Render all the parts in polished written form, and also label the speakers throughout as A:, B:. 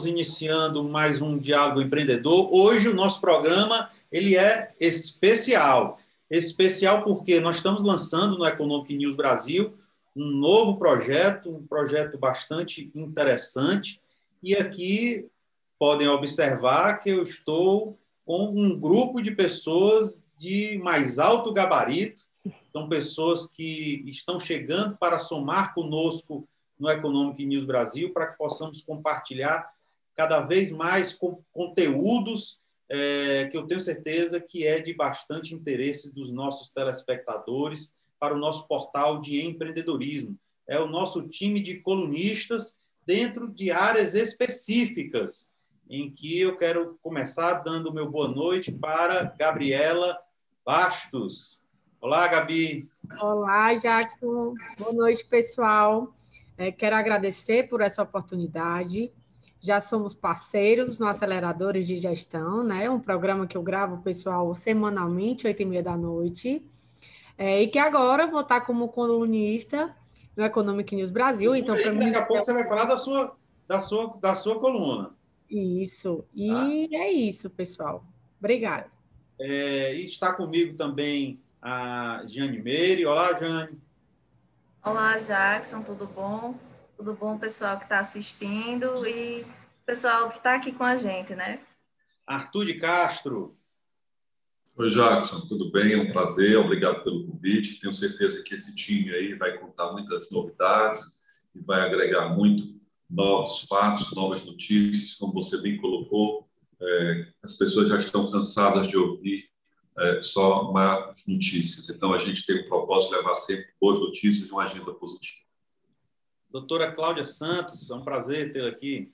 A: Estamos iniciando mais um Diálogo Empreendedor. Hoje o nosso programa ele é especial. Especial porque nós estamos lançando no Economic News Brasil um novo projeto, um projeto bastante interessante. E aqui podem observar que eu estou com um grupo de pessoas de mais alto gabarito. São pessoas que estão chegando para somar conosco no Economic News Brasil, para que possamos compartilhar cada vez mais conteúdos que eu tenho certeza que é de bastante interesse dos nossos telespectadores para o nosso portal de empreendedorismo. É o nosso time de colunistas dentro de áreas específicas, em que eu quero começar dando meu boa noite para Gabriela Bastos. Olá, Gabi.
B: Olá, Jackson. Boa noite, pessoal. Quero agradecer por essa oportunidade. Já somos parceiros no Aceleradores de Gestão, né? Um programa que eu gravo, pessoal, semanalmente, 8h30 da noite. E que agora vou estar como colunista no Economic News Brasil. Então, para mim,
A: daqui a pouco você vai falar da sua coluna.
B: Isso. E é isso, pessoal. Obrigada.
A: E está comigo também a Jane Meire. Olá, Jane.
C: Olá, Jackson, tudo bom? Tudo bom, pessoal que está assistindo e pessoal que está aqui com a gente, né?
A: Arthur de Castro.
D: Oi, Jackson, tudo bem? É um prazer, obrigado pelo convite. Tenho certeza que esse time aí vai contar muitas novidades e vai agregar muito novos fatos, novas notícias, como você bem colocou. As pessoas já estão cansadas de ouvir só más notícias. Então, a gente tem o propósito de levar sempre boas notícias e uma agenda positiva.
A: Doutora Cláudia Santos, é um prazer tê-la aqui.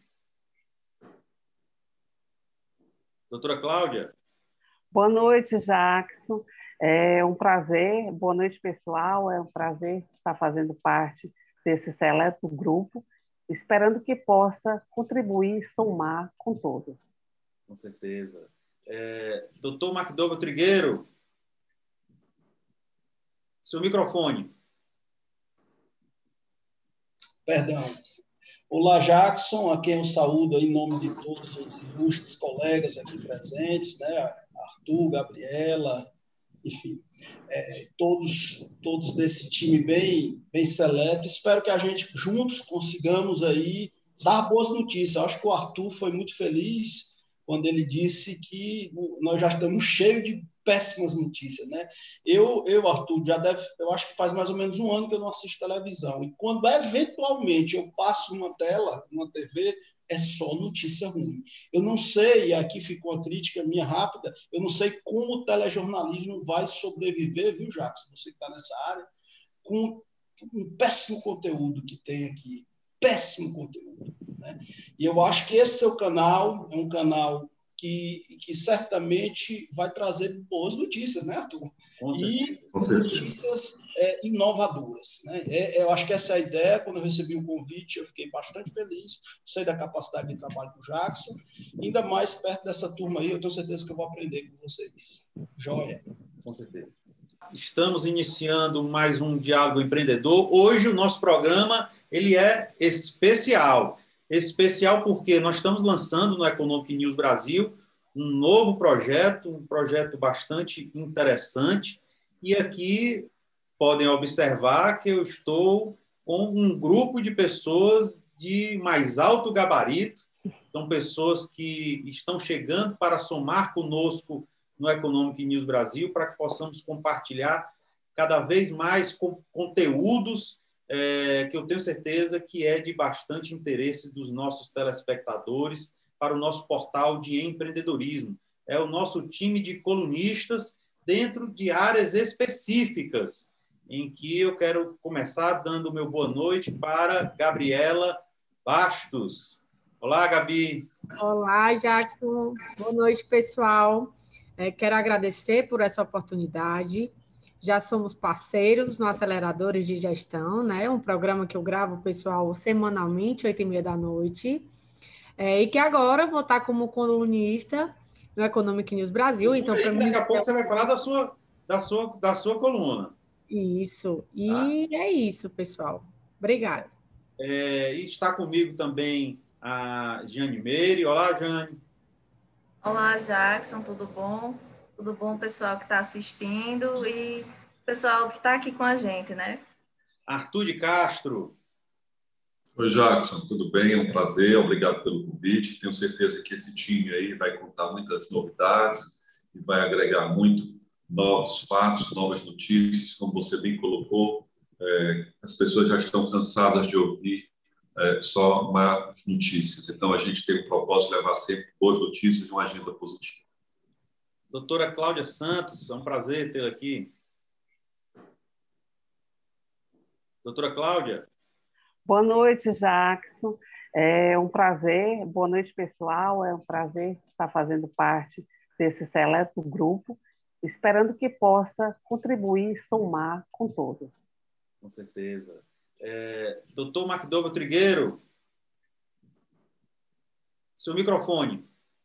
A: Doutora Cláudia.
E: Boa noite, Jackson. É um prazer. Boa noite, pessoal. É um prazer estar fazendo parte desse seleto grupo, esperando que possa contribuir e somar com todos.
A: Com certeza. Doutor McDowell Trigueiro, seu microfone.
F: Perdão. Olá, Jackson, a quem eu saúdo em nome de todos os ilustres colegas aqui presentes, né? Arthur, Gabriela, enfim, todos desse time bem seleto. Espero que a gente juntos consigamos aí dar boas notícias. Eu acho que o Arthur foi muito feliz quando ele disse que nós já estamos cheios de péssimas notícias, né? Arthur, eu acho que faz mais ou menos um ano que eu não assisto televisão. E quando eventualmente eu passo uma tela, uma TV, é só notícia ruim. Eu não sei, e aqui ficou a crítica minha rápida, eu não sei como o telejornalismo vai sobreviver, viu, Jackson? Você que está nessa área, com um péssimo conteúdo que tem aqui. Péssimo conteúdo, né? E eu acho que esse seu canal é um canal que certamente vai trazer boas notícias, né, Arthur? E notícias inovadoras, né? Eu acho que essa é a ideia. Quando eu recebi o convite, eu fiquei bastante feliz, sei da capacidade de trabalho do Jackson, ainda mais perto dessa turma aí, eu tenho certeza que eu vou aprender com vocês. Joia.
A: Com certeza. Estamos iniciando mais um Diálogo Empreendedor. Hoje o nosso programa ele é especial. Especial porque nós estamos lançando no Economic News Brasil um novo projeto, um projeto bastante interessante. E aqui podem observar que eu estou com um grupo de pessoas de mais alto gabarito. São pessoas que estão chegando para somar conosco no Economic News Brasil, para que possamos compartilhar cada vez mais conteúdos que eu tenho certeza que é de bastante interesse dos nossos telespectadores para o nosso portal de empreendedorismo. É o nosso time de colunistas dentro de áreas específicas, em que eu quero começar dando meu boa noite para Gabriela Bastos. Olá, Gabi.
B: Olá, Jackson. Boa noite, pessoal. Quero agradecer por essa oportunidade. Já somos parceiros no Aceleradores de Gestão, né? Um programa que eu gravo, pessoal, semanalmente, 8h30 da noite. E que agora vou estar como colunista no Economic News Brasil. Então, para mim,
A: daqui a pouco você vai falar da sua coluna.
B: Isso. E é isso, pessoal. Obrigada.
A: E está comigo também a Jane Meire. Olá, Jane.
C: Olá, Jackson, tudo bom? Tudo bom, pessoal que está assistindo e pessoal que está aqui com a gente, né?
A: Arthur de Castro.
D: Oi, Jackson, tudo bem? É um prazer, obrigado pelo convite. Tenho certeza que esse time aí vai contar muitas novidades e vai agregar muito novos fatos, novas notícias, como você bem colocou. As pessoas já estão cansadas de ouvir só más notícias. Então, a gente tem o propósito de levar sempre boas notícias e uma agenda positiva.
A: Doutora Cláudia Santos, é um prazer tê-la aqui. Doutora Cláudia.
E: Boa noite, Jackson. É um prazer. Boa noite, pessoal. É um prazer estar fazendo parte desse seleto grupo, esperando que possa contribuir e somar com todos.
A: Com certeza. Doutor McDowell Trigueiro, seu microfone.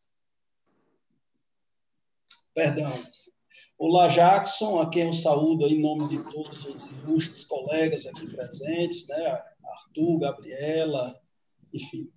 F: Perdão. Olá, Jackson, a quem eu saúdo em nome de todos os ilustres colegas aqui presentes, né? Arthur, Gabriela, enfim,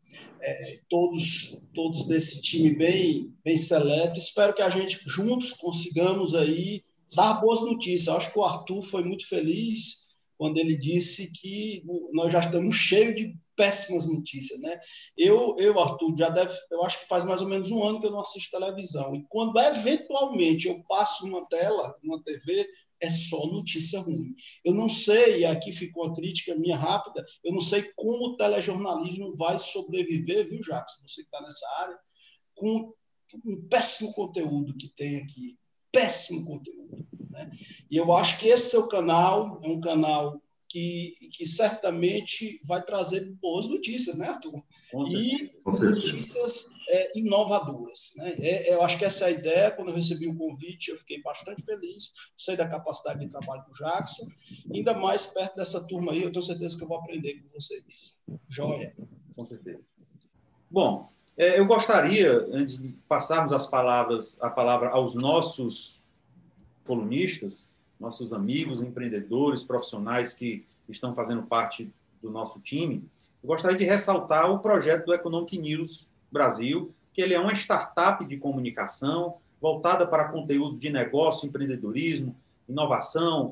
F: todos desse time bem seleto. Espero que a gente juntos consigamos aí dar boas notícias. Acho que o Arthur foi muito feliz quando ele disse que nós já estamos cheios de péssimas notícias, né? Arthur, eu acho que faz mais ou menos um ano que eu não assisto televisão. E quando eventualmente eu passo uma tela, uma TV, é só notícia ruim. Eu não sei, e aqui ficou uma crítica minha rápida, eu não sei como o telejornalismo vai sobreviver, viu, Jacques? Você que está nessa área, com um péssimo conteúdo que tem aqui. Péssimo conteúdo, né? E eu acho que esse seu canal é um canal que certamente vai trazer boas notícias, né, Arthur? E notícias inovadoras, né? Eu acho que essa é a ideia. Quando eu recebi o convite, eu fiquei bastante feliz, sei da capacidade de trabalho do Jackson, ainda mais perto dessa turma aí, eu tenho certeza que eu vou aprender com vocês. Joia.
A: Com certeza. Bom, eu gostaria, antes de passarmos a palavra aos nossos colunistas, nossos amigos, empreendedores, profissionais que estão fazendo parte do nosso time, eu gostaria de ressaltar o projeto do Economic News Brasil, que ele é uma startup de comunicação voltada para conteúdos de negócio, empreendedorismo, inovação,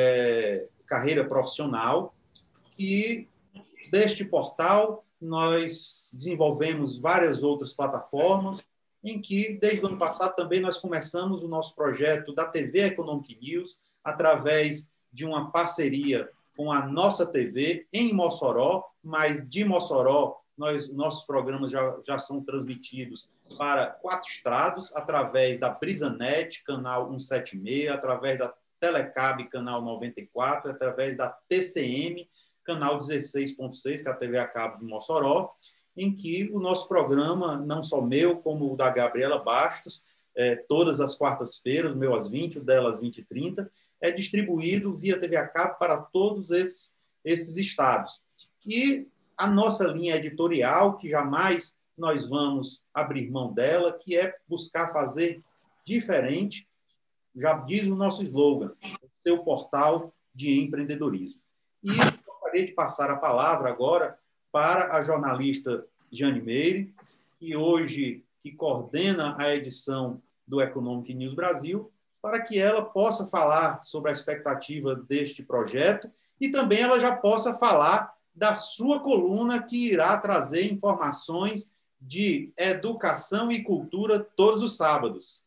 A: carreira profissional, que deste portal nós desenvolvemos várias outras plataformas em que, desde o ano passado, também nós começamos o nosso projeto da TV Economic News, através de uma parceria com a nossa TV em Mossoró, mas de Mossoró, nossos programas já são transmitidos para 4 estados, através da Brisanet, canal 176, através da Telecab, canal 94, através da TCM, canal 16.6, que é a TV a cabo de Mossoró, em que o nosso programa, não só meu, como o da Gabriela Bastos, todas as quartas-feiras, o meu às 20, o dela às 20h30, é distribuído via TV a cabo para todos esses estados. E a nossa linha editorial, que jamais nós vamos abrir mão dela, que é buscar fazer diferente, já diz o nosso slogan, o seu portal de empreendedorismo. E gostaria de passar a palavra agora para a jornalista Jane Meire, que coordena a edição do Economic News Brasil, para que ela possa falar sobre a expectativa deste projeto e também ela já possa falar da sua coluna, que irá trazer informações de educação e cultura todos os sábados.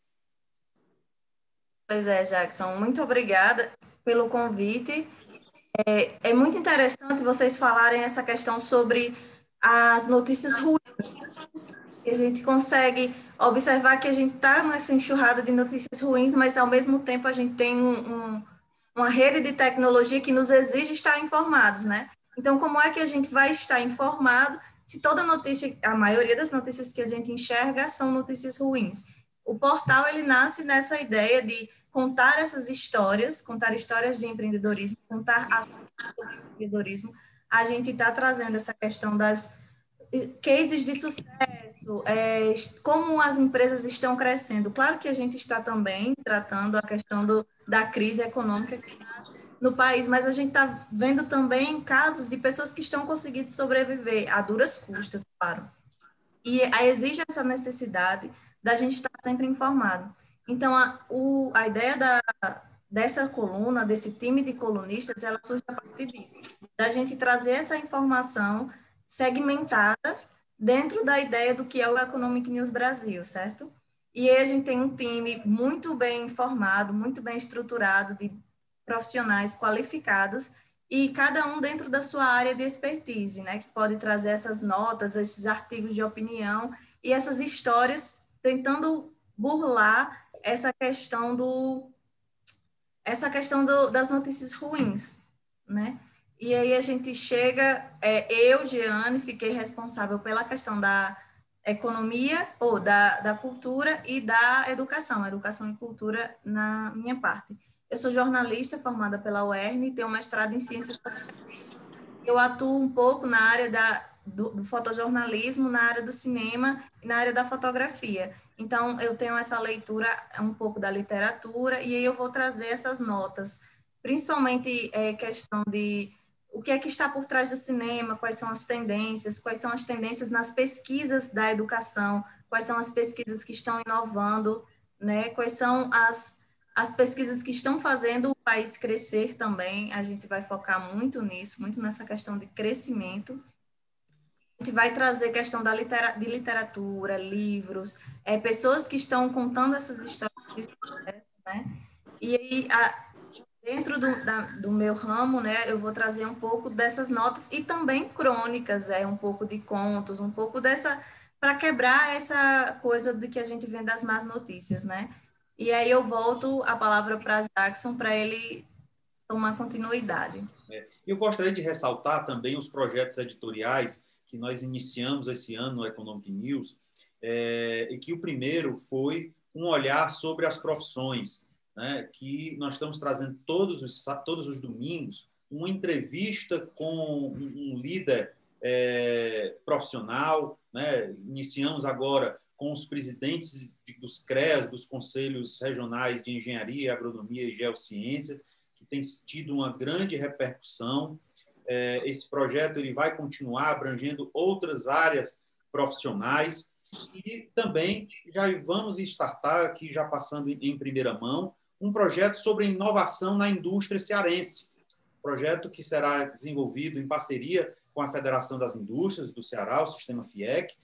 C: Pois é, Jackson, muito obrigada pelo convite. É muito interessante vocês falarem essa questão sobre as notícias ruins. E a gente consegue observar que a gente está nessa enxurrada de notícias ruins, mas, ao mesmo tempo, a gente tem uma rede de tecnologia que nos exige estar informados, né? Então, como é que a gente vai estar informado se toda notícia, a maioria das notícias que a gente enxerga são notícias ruins? O portal, ele nasce nessa ideia de contar essas histórias, contar histórias de empreendedorismo, contar ações sobre empreendedorismo. A gente está trazendo essa questão das cases de sucesso, como as empresas estão crescendo. Claro que a gente está também tratando a questão da crise econômica que está no país, mas a gente está vendo também casos de pessoas que estão conseguindo sobreviver a duras custas, claro. E exige essa necessidade da gente estar sempre informado. Então, a ideia dessa coluna, desse time de colunistas, ela surge a partir disso, da gente trazer essa informação segmentada dentro da ideia do que é o Economic News Brasil, certo? E aí a gente tem um time muito bem informado, muito bem estruturado, de profissionais qualificados, e cada um dentro da sua área de expertise, né, que pode trazer essas notas, esses artigos de opinião e essas histórias tentando burlar das notícias ruins, né? E aí a gente chega, eu, Jeane, fiquei responsável pela questão da economia, ou da cultura e da educação e cultura na minha parte. Eu sou jornalista formada pela UERN e tenho mestrado em ciências políticas. Eu atuo um pouco na área do fotojornalismo, na área do cinema e na área da fotografia. Então, eu tenho essa leitura um pouco da literatura e aí eu vou trazer essas notas, principalmente questão de o que é que está por trás do cinema, quais são as tendências nas pesquisas da educação, quais são as pesquisas que estão inovando, né? Quais são as pesquisas que estão fazendo o país crescer também. A gente vai focar muito nisso, muito nessa questão de crescimento. A gente vai trazer questão de literatura, livros, pessoas que estão contando essas histórias de sucesso, né? E aí, dentro do meu ramo, né, eu vou trazer um pouco dessas notas e também crônicas, um pouco de contos, um pouco para quebrar essa coisa de que a gente vê das más notícias, né? E aí eu volto a palavra para Jackson para ele tomar continuidade.
A: Eu gostaria de ressaltar também os projetos editoriais que nós iniciamos esse ano no Economic News, e que o primeiro foi um olhar sobre as profissões, né, que nós estamos trazendo todos os domingos uma entrevista com um líder profissional, né? Iniciamos agora com os presidentes dos CREAs, dos Conselhos Regionais de Engenharia, Agronomia e Geociência, que tem tido uma grande repercussão. Esse projeto ele vai continuar abrangendo outras áreas profissionais e também já vamos startar aqui, já passando em primeira mão, um projeto sobre inovação na indústria cearense, projeto que será desenvolvido em parceria com a Federação das Indústrias do Ceará, o Sistema FIEC.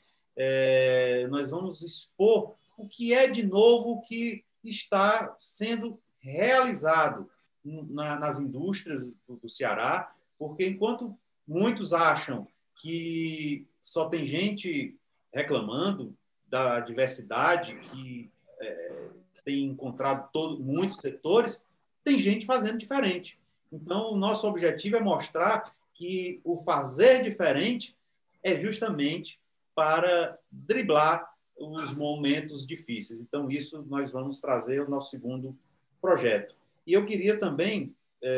A: Nós vamos expor o que é de novo que está sendo realizado nas indústrias do Ceará, porque enquanto muitos acham que só tem gente reclamando da diversidade, que tem encontrado muitos setores, tem gente fazendo diferente. Então, o nosso objetivo é mostrar que o fazer diferente é justamente para driblar os momentos difíceis. Então, isso nós vamos trazer o nosso segundo projeto. E eu queria também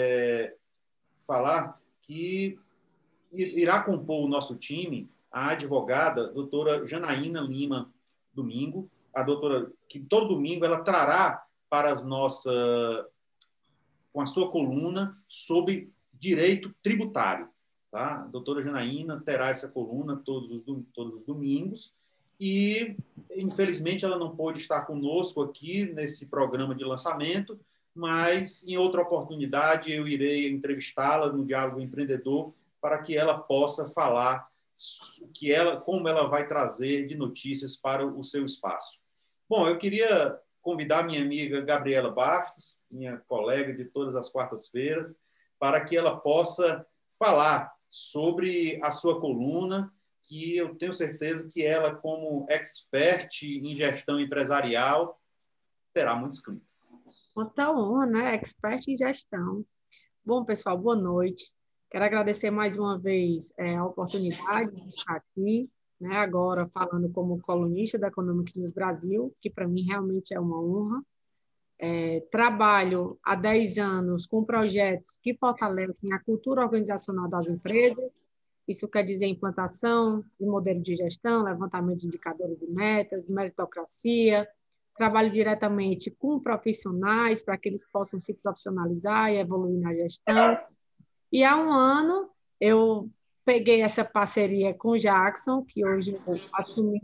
A: falar que irá compor o nosso time a advogada doutora Janaína Lima Domingo, a doutora que todo domingo ela trará para com a sua coluna sobre direito tributário. Tá? A doutora Janaína terá essa coluna todos os domingos e, infelizmente, ela não pôde estar conosco aqui nesse programa de lançamento, mas, em outra oportunidade, eu irei entrevistá-la no Diálogo Empreendedor para que ela possa falar como ela vai trazer de notícias para o seu espaço. Bom, eu queria convidar minha amiga Gabriela Bastos, minha colega de todas as quartas-feiras, para que ela possa falar sobre a sua coluna, que eu tenho certeza que ela, como expert em gestão empresarial, terá muitos cliques.
B: Muita honra, né? Expert em gestão. Bom, pessoal, boa noite. Quero agradecer mais uma vez a oportunidade de estar aqui, né, agora falando como colunista da Economic News Brasil, que para mim realmente é uma honra. Trabalho há 10 anos com projetos que fortalecem a cultura organizacional das empresas. Isso quer dizer implantação de modelo de gestão, levantamento de indicadores e metas, meritocracia. Trabalho diretamente com profissionais para que eles possam se profissionalizar e evoluir na gestão. E há um ano eu peguei essa parceria com o Jackson, que hoje eu assumi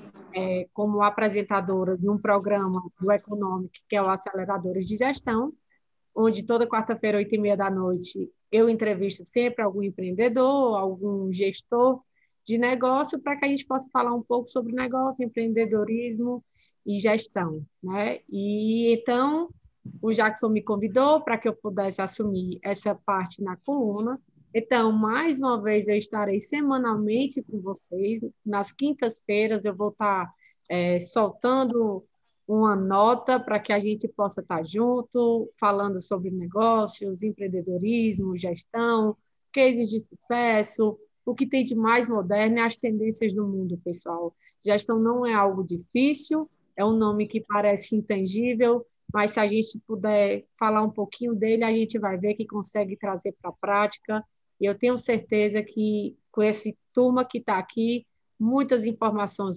B: como apresentadora de um programa do Economic, que é o Aceleradores de Gestão, onde toda quarta-feira, 8h30 da noite, eu entrevisto sempre algum empreendedor, algum gestor de negócio, para que a gente possa falar um pouco sobre negócio, empreendedorismo e gestão, né? E então, o Jackson me convidou para que eu pudesse assumir essa parte na coluna. Então, mais uma vez, eu estarei semanalmente com vocês. Nas quintas-feiras, eu vou estar soltando uma nota para que a gente possa estar junto, falando sobre negócios, empreendedorismo, gestão, cases de sucesso, o que tem de mais moderno e as tendências do mundo, pessoal. Gestão não é algo difícil, é um nome que parece intangível, mas se a gente puder falar um pouquinho dele, a gente vai ver que consegue trazer para a prática. E eu tenho certeza que, com essa turma que está aqui, muitas informações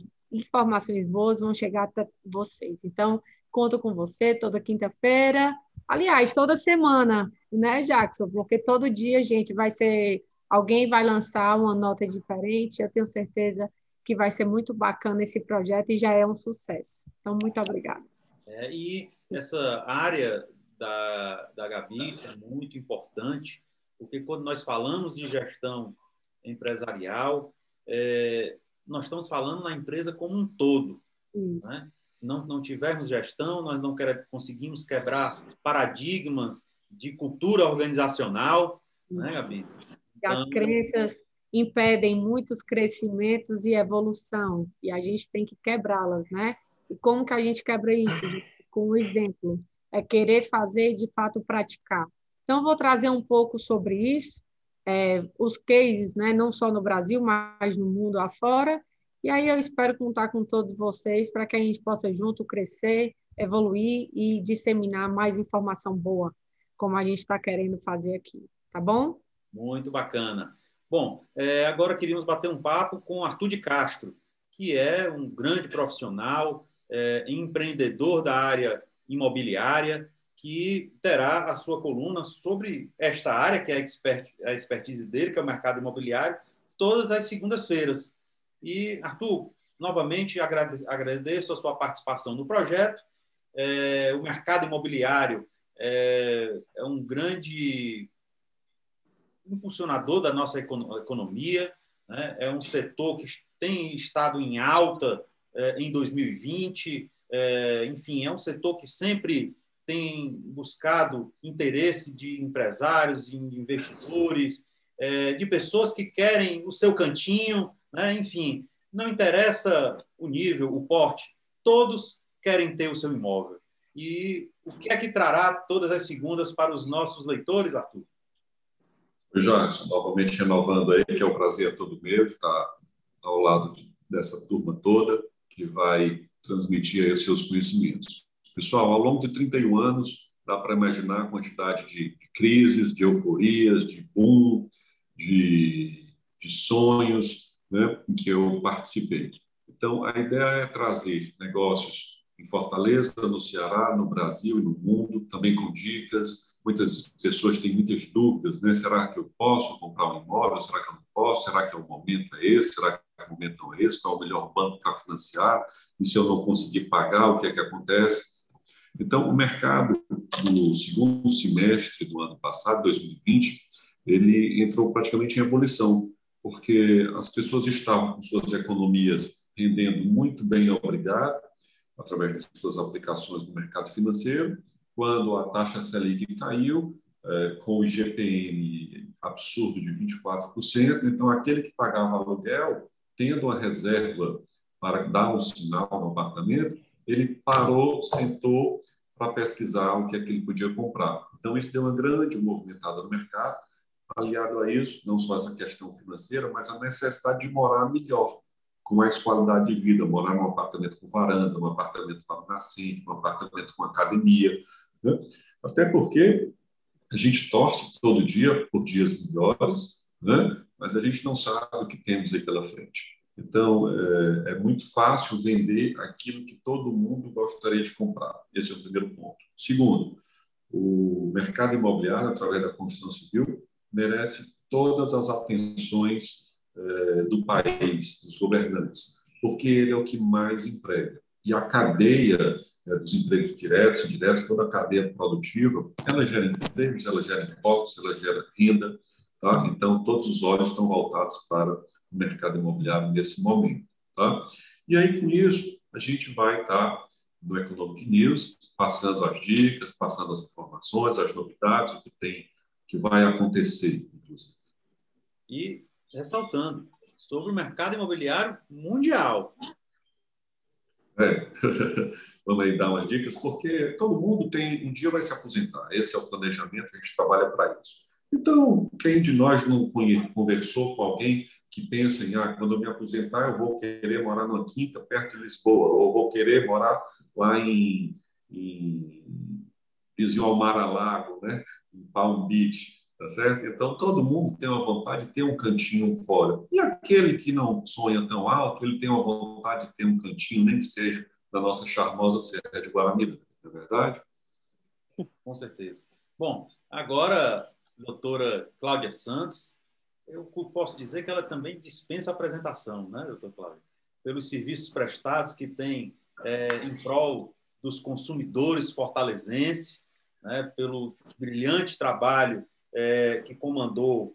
B: boas vão chegar até vocês. Então, conto com você toda quinta-feira. Aliás, toda semana, né, Jackson? Porque todo dia, gente, alguém vai lançar uma nota diferente. Eu tenho certeza que vai ser muito bacana esse projeto e já é um sucesso. Então, muito obrigada.
A: E essa área da Gabi é muito importante, porque quando nós falamos de gestão empresarial, nós estamos falando na empresa como um todo. Né? Se não tivermos gestão, nós não conseguimos quebrar paradigmas de cultura organizacional, né, Gabi?
B: Então, as crenças impedem muitos crescimentos e evolução, e a gente tem que quebrá-las, né? E como que a gente quebra isso? Com o exemplo. É querer fazer e, de fato, praticar. Então, vou trazer um pouco sobre isso, os cases, né, não só no Brasil, mas no mundo afora. E aí eu espero contar com todos vocês para que a gente possa junto crescer, evoluir e disseminar mais informação boa, como a gente está querendo fazer aqui. Tá bom?
A: Muito bacana. Bom, agora queríamos bater um papo com Arthur de Castro, que é um grande profissional, empreendedor da área imobiliária, que terá a sua coluna sobre esta área, que é a expertise dele, que é o mercado imobiliário, todas as segundas-feiras. E, Arthur, novamente agradeço a sua participação no projeto. O mercado imobiliário é um grande impulsionador da nossa economia, né? É um setor que tem estado em alta em 2020, enfim, é um setor que sempre tem buscado interesse de empresários, de investidores, de pessoas que querem o seu cantinho, né? Enfim, não interessa o nível, o porte, todos querem ter o seu imóvel. E o que é que trará todas as segundas para os nossos leitores, Arthur?
D: Jackson, novamente renovando aí, que é um prazer todo meu de estar ao lado dessa turma toda, que vai transmitir aí os seus conhecimentos. Pessoal, ao longo de 31 anos, dá para imaginar a quantidade de crises, de euforias, de boom, de sonhos, né, em que eu participei. Então, a ideia é trazer negócios em Fortaleza, no Ceará, no Brasil e no mundo, também com dicas. Muitas pessoas têm muitas dúvidas, né? Será que eu posso comprar um imóvel? Será que eu não posso? Será que o momento é esse? Será que o momento não é esse? Qual é o melhor banco para financiar? E se eu não conseguir pagar, o que é que acontece? Então, o mercado do segundo semestre do ano passado, 2020, ele entrou praticamente em ebulição, porque as pessoas estavam com suas economias rendendo muito bem, obrigado, através de suas aplicações no mercado financeiro, quando a taxa Selic caiu, com o IGPM absurdo de 24%, então aquele que pagava aluguel, tendo a reserva para dar um sinal no apartamento, ele parou, sentou para pesquisar o que é que ele podia comprar. Então, isso deu uma grande movimentada no mercado. Aliado a isso, não só essa questão financeira, mas a necessidade de morar melhor, com mais qualidade de vida, morar num apartamento com varanda, num apartamento para nascente, num apartamento com academia, né? Até porque a gente torce todo dia por dias melhores, né? Mas a gente não sabe o que temos aí pela frente. Então, é muito fácil vender aquilo que todo mundo gostaria de comprar. Esse é o primeiro ponto. Segundo, o mercado imobiliário, através da construção civil, merece todas as atenções do país, dos governantes, porque ele é o que mais emprega. E a cadeia dos empregos diretos e indiretos, toda a cadeia produtiva, ela gera empregos, ela gera impostos, ela gera renda. Tá? Então, todos os olhos estão voltados para o mercado imobiliário nesse momento. Tá? E aí, com isso, a gente vai estar no Economic News, passando as dicas, passando as informações, as novidades, o que tem, que vai acontecer, inclusive.
A: E ressaltando, sobre o mercado imobiliário mundial.
D: Vamos aí dar umas dicas, porque todo mundo um dia vai se aposentar. Esse é o planejamento, a gente trabalha para isso. Então, quem de nós não conversou com alguém que pensa em, quando eu me aposentar, eu vou querer morar numa quinta perto de Lisboa, ou vou querer morar lá em Vizinho ao Mar-a-Lago, né? Em Palm Beach, tá certo? Então, todo mundo tem uma vontade de ter um cantinho fora. E aquele que não sonha tão alto, ele tem uma vontade de ter um cantinho, nem que seja da nossa charmosa Serra de Guaramiranga, não é verdade?
A: Com certeza. Bom, agora, doutora Cláudia Santos, eu posso dizer que ela também dispensa apresentação, né, doutor Cláudia? Pelos serviços prestados que tem em prol dos consumidores fortalezenses, né, pelo brilhante trabalho que comandou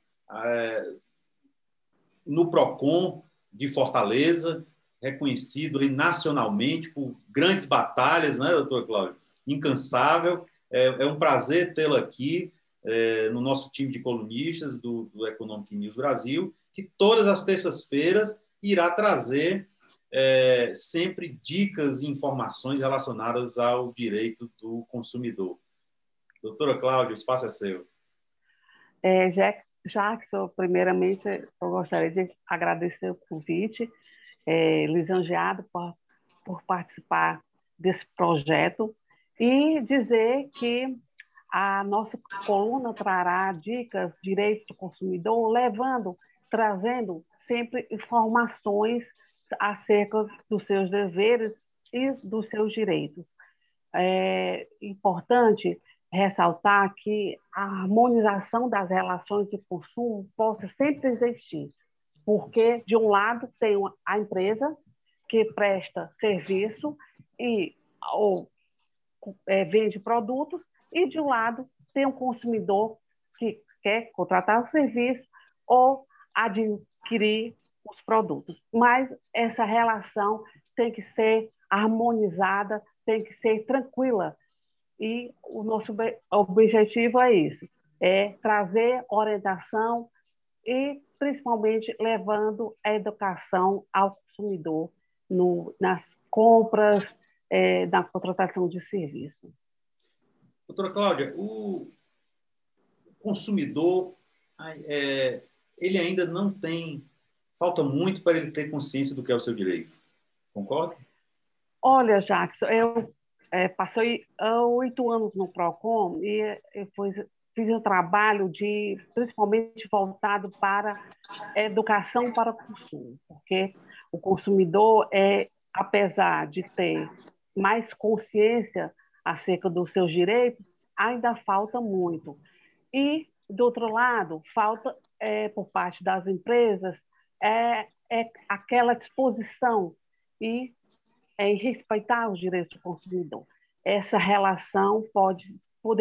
A: no PROCON de Fortaleza, reconhecido aí nacionalmente por grandes batalhas, né, doutor Cláudio? Incansável. É um prazer tê-la aqui no nosso time de colunistas do Economic News Brasil, que todas as terças-feiras irá trazer sempre dicas e informações relacionadas ao direito do consumidor. Doutora Cláudia, o espaço é seu.
E: Jackson, primeiramente, eu gostaria de agradecer o convite, lisonjeado por participar desse projeto e dizer que a nossa coluna trará dicas, direitos do consumidor, trazendo sempre informações acerca dos seus deveres e dos seus direitos. É importante ressaltar que a harmonização das relações de consumo possa sempre existir, porque, de um lado, tem a empresa que presta serviço ou vende produtos, e, de um lado, tem um consumidor que quer contratar o serviço ou adquirir os produtos. Mas essa relação tem que ser harmonizada, tem que ser tranquila. E o nosso objetivo é isso, trazer orientação e, principalmente, levando a educação ao consumidor nas compras, na contratação de serviço.
A: Doutora Cláudia, o consumidor, ele ainda não tem, falta muito para ele ter consciência do que é o seu direito. Concorda?
E: Olha, Jackson, eu passei 8 anos no PROCON e fiz um trabalho principalmente voltado para a educação para o consumo, porque o consumidor, apesar de ter mais consciência acerca dos seus direitos, ainda falta muito. E, do outro lado, falta, por parte das empresas, aquela disposição em respeitar os direitos do consumidor. Essa relação pode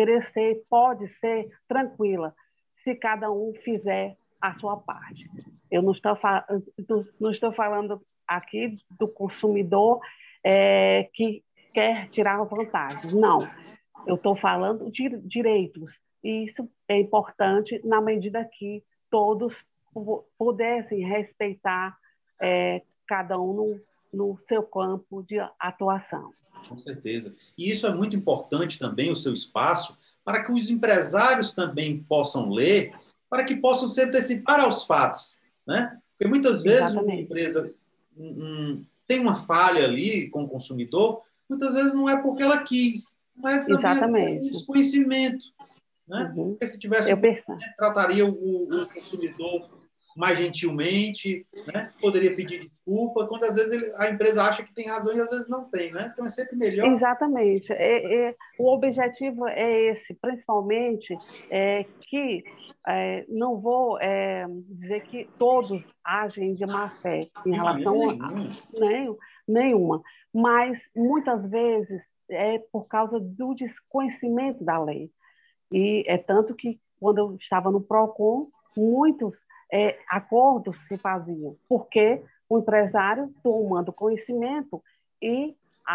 E: ser tranquila se cada um fizer a sua parte. Eu não estou falando aqui do consumidor que quer tirar vantagens. Não, eu estou falando de direitos. E isso é importante na medida que todos pudessem respeitar cada um no seu campo de atuação.
A: Com certeza. E isso é muito importante também, o seu espaço, para que os empresários também possam ler, para que possam se antecipar aos fatos, né? Porque muitas vezes uma empresa tem uma falha ali com o consumidor, muitas vezes não é porque ela quis, mas também é desconhecimento, né? Porque se tivesse trataria o consumidor mais gentilmente, né? Poderia pedir desculpa, quando às vezes a empresa acha que tem razão e às vezes não tem, né? Então é sempre melhor.
E: Exatamente. O objetivo é esse, principalmente que não vou dizer que todos agem de má fé em relação nenhuma, mas muitas vezes é por causa do desconhecimento da lei. E é tanto que, quando eu estava no PROCON, muitos acordos se faziam, porque o empresário, tomando conhecimento, e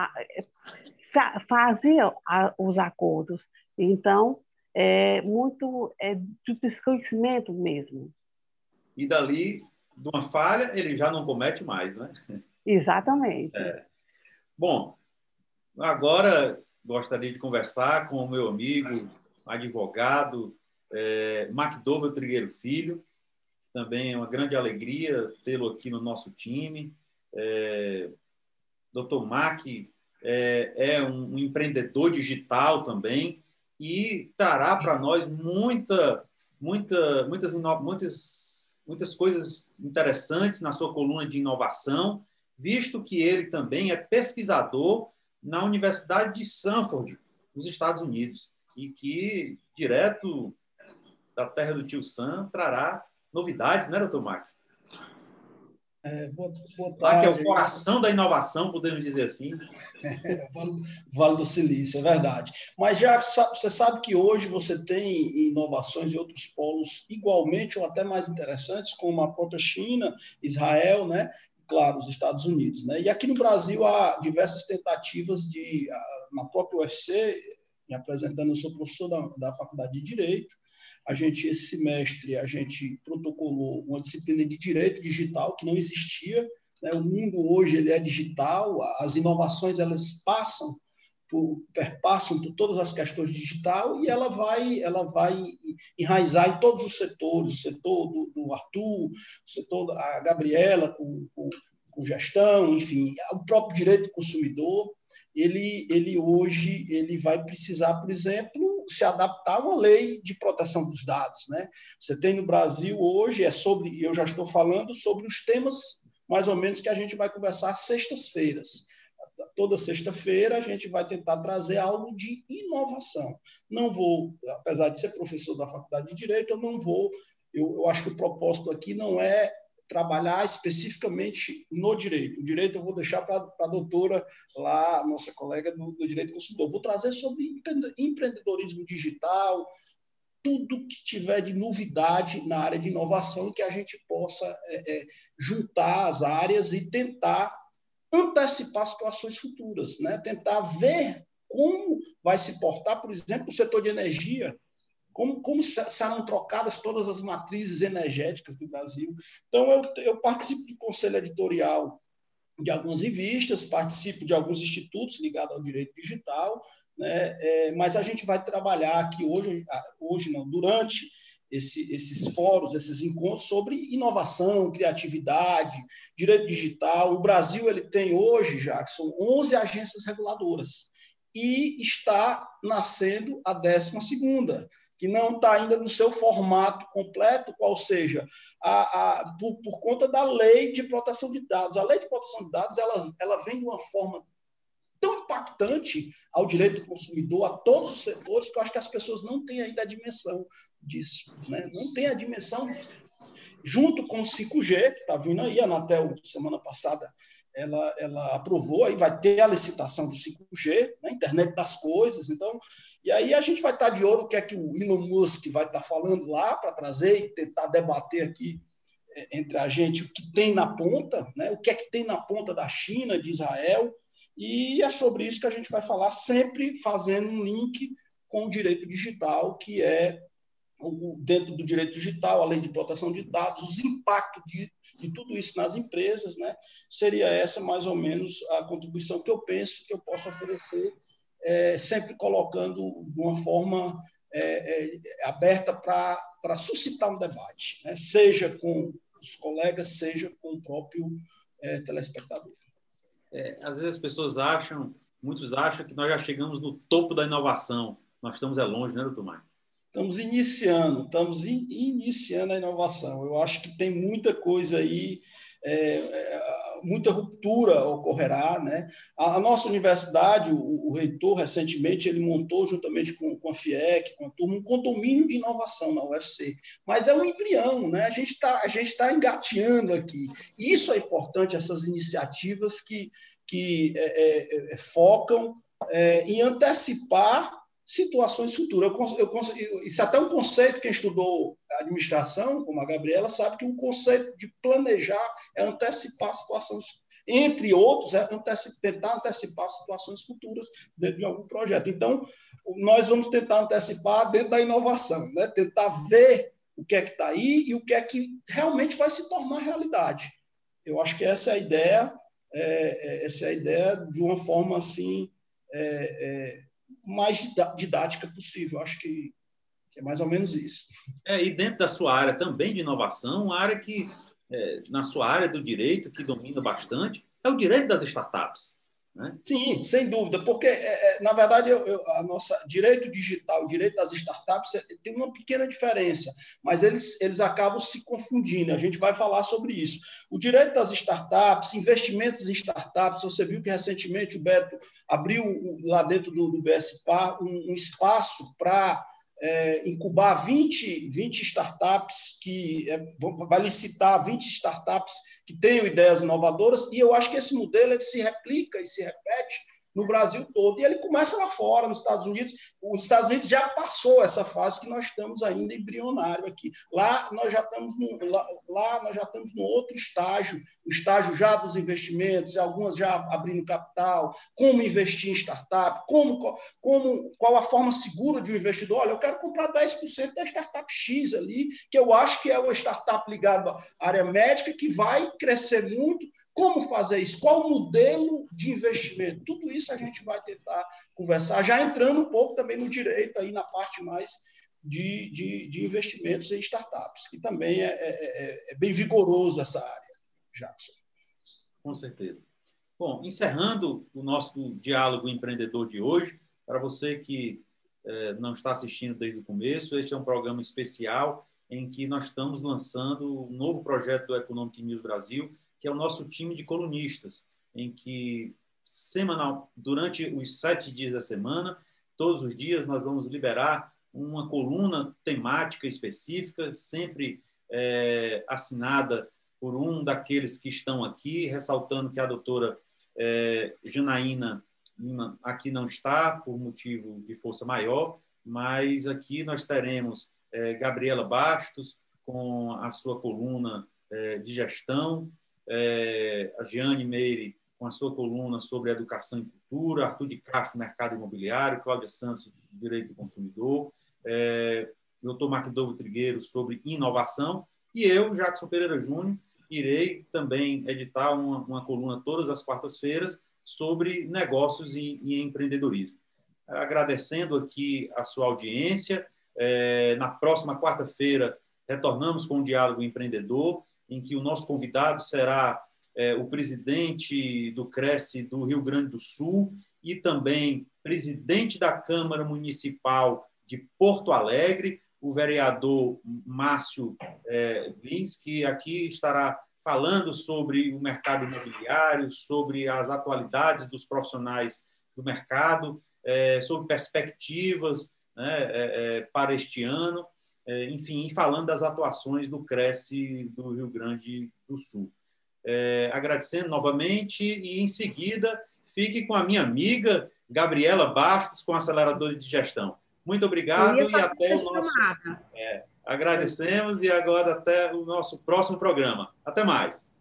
E: fazia os acordos. Então, muito de desconhecimento mesmo.
A: E dali, de uma falha, ele já não comete mais, né?
E: Exatamente.
A: Bom, agora gostaria de conversar com o meu amigo, advogado, McDowell Trigueiro Filho. Também é uma grande alegria tê-lo aqui no nosso time. Dr. Mac é um empreendedor digital também e trará para nós muitas coisas interessantes na sua coluna de inovação, visto que ele também é pesquisador na Universidade de Stanford, nos Estados Unidos, e que, direto da terra do tio Sam, trará novidades, né, doutor Mac?
F: Boa tarde.
A: Lá que é o coração da inovação, podemos dizer assim.
F: Vale do Silício, é verdade. Mas já você sabe que hoje você tem inovações em outros polos igualmente ou até mais interessantes, como a própria China, Israel, né? Claro, os Estados Unidos, né? E aqui no Brasil há diversas tentativas na própria UFC, me apresentando, eu sou professor da Faculdade de Direito. Esse semestre, a gente protocolou uma disciplina de Direito Digital que não existia, né? O mundo hoje ele é digital, as inovações elas perpassam por todas as questões digital e ela vai enraizar em todos os setores, o setor do Arthur, o setor da Gabriela com gestão, enfim, o próprio direito do consumidor. Ele hoje vai precisar, por exemplo, se adaptar a uma lei de proteção dos dados, né? Você tem no Brasil hoje, eu já estou falando sobre os temas mais ou menos que a gente vai conversar sextas-feiras. Toda sexta-feira a gente vai tentar trazer algo de inovação. Não vou, apesar de ser professor da Faculdade de Direito, eu acho que o propósito aqui não é trabalhar especificamente no direito. O direito eu vou deixar para a doutora lá, nossa colega do direito consumidor. Vou trazer sobre empreendedorismo digital, tudo que tiver de novidade na área de inovação, que a gente possa juntar as áreas e tentar antecipar situações futuras, né? Tentar ver como vai se portar, por exemplo, o setor de energia, como serão trocadas todas as matrizes energéticas do Brasil. Então, eu participo do conselho editorial de algumas revistas, participo de alguns institutos ligados ao direito digital, né? Mas a gente vai trabalhar aqui hoje não, durante esses fóruns, esses encontros sobre inovação, criatividade, direito digital. O Brasil ele tem hoje, Jackson, 11 agências reguladoras e está nascendo a 12ª, que não está ainda no seu formato completo, qual seja, por conta da lei de proteção de dados. A lei de proteção de dados ela vem de uma forma tão impactante ao direito do consumidor, a todos os setores, que eu acho que as pessoas não têm ainda a dimensão disso, né? Não tem a dimensão, junto com o 5G, que está vindo aí, a Anatel, semana passada, ela aprovou, aí vai ter a licitação do 5G, né? Internet das coisas, então, e aí a gente vai estar de olho o que é que o Elon Musk vai estar falando lá para trazer e tentar debater aqui entre a gente o que tem na ponta, né? O que é que tem na ponta da China, de Israel, e é sobre isso que a gente vai falar, sempre fazendo um link com o direito digital, que é, dentro do direito digital, a lei de proteção de dados, os impactos de tudo isso nas empresas, né? Seria essa, mais ou menos, a contribuição que eu penso que eu posso oferecer, sempre colocando de uma forma aberta para suscitar um debate, né? Seja com os colegas, seja com o próprio telespectador.
A: Às vezes as pessoas muitos acham que nós já chegamos no topo da inovação. Nós estamos longe, né, doutor Maio?
F: iniciando a inovação. Eu acho que tem muita coisa aí, muita ruptura ocorrerá, né? A nossa universidade, o reitor, recentemente, ele montou, juntamente com a FIEC, com a turma, um condomínio de inovação na UFC. Mas é um embrião, né? A gente tá engateando aqui. Isso é importante, essas iniciativas que focam em antecipar situações futuras. Isso é até um conceito, quem estudou administração, como a Gabriela, sabe que o conceito de planejar é antecipar situações, entre outros, tentar antecipar situações futuras dentro de algum projeto. Então, nós vamos tentar antecipar dentro da inovação, né? Tentar ver o que é que está aí e o que é que realmente vai se tornar realidade. Eu acho que essa é a ideia de uma forma assim, mais didática possível. Acho que é mais ou menos isso.
A: E dentro da sua área também de inovação, uma área que, na sua área do direito, que domina bastante, é o direito das startups, né?
F: Sim, sem dúvida, porque, na verdade, a nossa direito digital, o direito das startups tem uma pequena diferença, mas eles acabam se confundindo. A gente vai falar sobre isso. O direito das startups, investimentos em startups, você viu que recentemente o Beto abriu lá dentro do BSPar um espaço para incubar 20 startups, vai licitar 20 startups que tenham ideias inovadoras, e eu acho que esse modelo ele se replica e se repete no Brasil todo, e ele começa lá fora, nos Estados Unidos. Os Estados Unidos já passou essa fase que nós estamos ainda embrionário aqui. Lá nós já estamos no outro estágio, o estágio já dos investimentos, algumas já abrindo capital, como investir em startup, qual a forma segura de um investidor. Olha, eu quero comprar 10% da startup X ali, que eu acho que é uma startup ligada à área médica, que vai crescer muito. Como fazer isso? Qual o modelo de investimento? Tudo isso a gente vai tentar conversar, já entrando um pouco também no direito, aí na parte mais de investimentos em startups, que também é bem vigoroso essa área, Jackson.
A: Com certeza. Bom, encerrando o nosso diálogo empreendedor de hoje, para você que não está assistindo desde o começo, este é um programa especial em que nós estamos lançando um novo projeto do Economic News Brasil, que é o nosso time de colunistas, em que durante os 7 dias da semana, todos os dias nós vamos liberar uma coluna temática específica, sempre assinada por um daqueles que estão aqui, ressaltando que a doutora Janaína Lima aqui não está, por motivo de força maior, mas aqui nós teremos Gabriela Bastos, com a sua coluna de gestão, a Giane Meire com a sua coluna sobre educação e cultura, Arthur de Castro, mercado imobiliário, Cláudia Santos, direito do consumidor, Dr. Macdovo Trigueiro sobre inovação, e eu, Jackson Pereira Júnior, irei também editar uma coluna todas as quartas-feiras sobre negócios e empreendedorismo. Agradecendo aqui a sua audiência. Na próxima quarta-feira retornamos com um diálogo empreendedor, em que o nosso convidado será o presidente do Cresce do Rio Grande do Sul e também presidente da Câmara Municipal de Porto Alegre, o vereador Márcio Lins, que aqui estará falando sobre o mercado imobiliário, sobre as atualidades dos profissionais do mercado, sobre perspectivas, né, para este ano, enfim, falando das atuações do Cresce do Rio Grande do Sul. Agradecendo novamente e, em seguida, fique com a minha amiga Gabriela Bastos, com a aceleradora de gestão. Muito obrigado e até o nosso... Agradecemos e agora até o nosso próximo programa. Até mais.